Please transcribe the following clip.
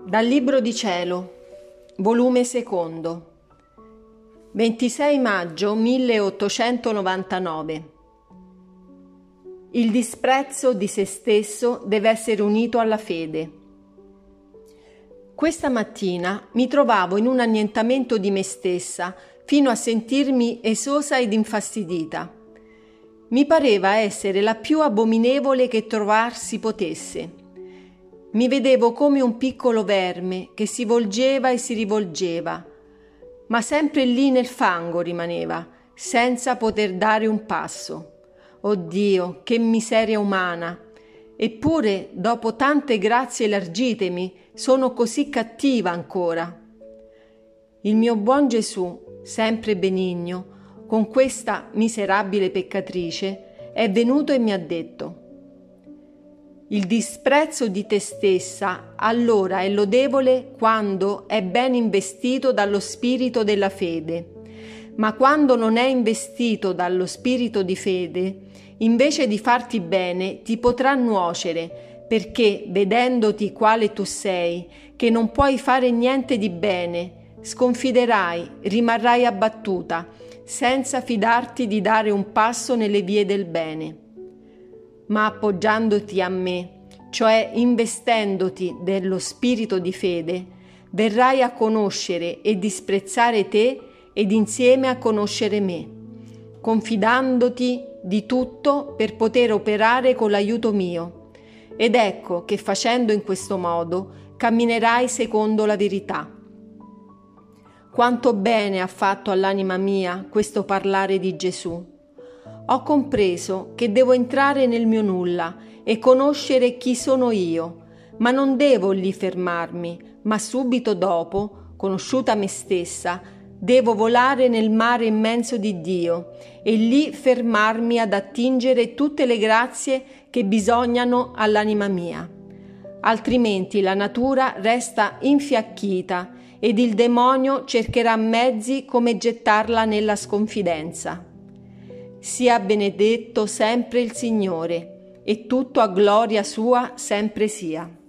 Dal Libro di Cielo, volume secondo, 26 maggio 1899. Il disprezzo di se stesso deve essere unito alla fede. Questa mattina mi trovavo in un annientamento di me stessa fino a sentirmi esosa ed infastidita. Mi pareva essere la più abominevole che trovarsi potesse. Mi vedevo come un piccolo verme che si volgeva e si rivolgeva, ma sempre lì nel fango rimaneva, senza poter dare un passo. Oh Dio, che miseria umana! Eppure, dopo tante grazie elargitemi, sono così cattiva ancora. Il mio buon Gesù, sempre benigno, con questa miserabile peccatrice, è venuto e mi ha detto: il disprezzo di te stessa allora è lodevole quando è ben investito dallo spirito della fede, ma quando non è investito dallo spirito di fede, invece di farti bene, ti potrà nuocere, perché vedendoti quale tu sei, che non puoi fare niente di bene, sconfiderai, rimarrai abbattuta, senza fidarti di dare un passo nelle vie del bene. Ma appoggiandoti a me, cioè investendoti dello spirito di fede, verrai a conoscere e disprezzare te ed insieme a conoscere me, confidandoti di tutto per poter operare con l'aiuto mio. Ed ecco che facendo in questo modo camminerai secondo la verità. Quanto bene ha fatto all'anima mia questo parlare di Gesù. Ho compreso che devo entrare nel mio nulla e conoscere chi sono io, ma non devo lì fermarmi, ma subito dopo, conosciuta me stessa, devo volare nel mare immenso di Dio e lì fermarmi ad attingere tutte le grazie che bisognano all'anima mia. Altrimenti la natura resta infiacchita ed il demonio cercherà mezzi come gettarla nella sconfidenza. Sia benedetto sempre il Signore, e tutto a gloria sua sempre sia.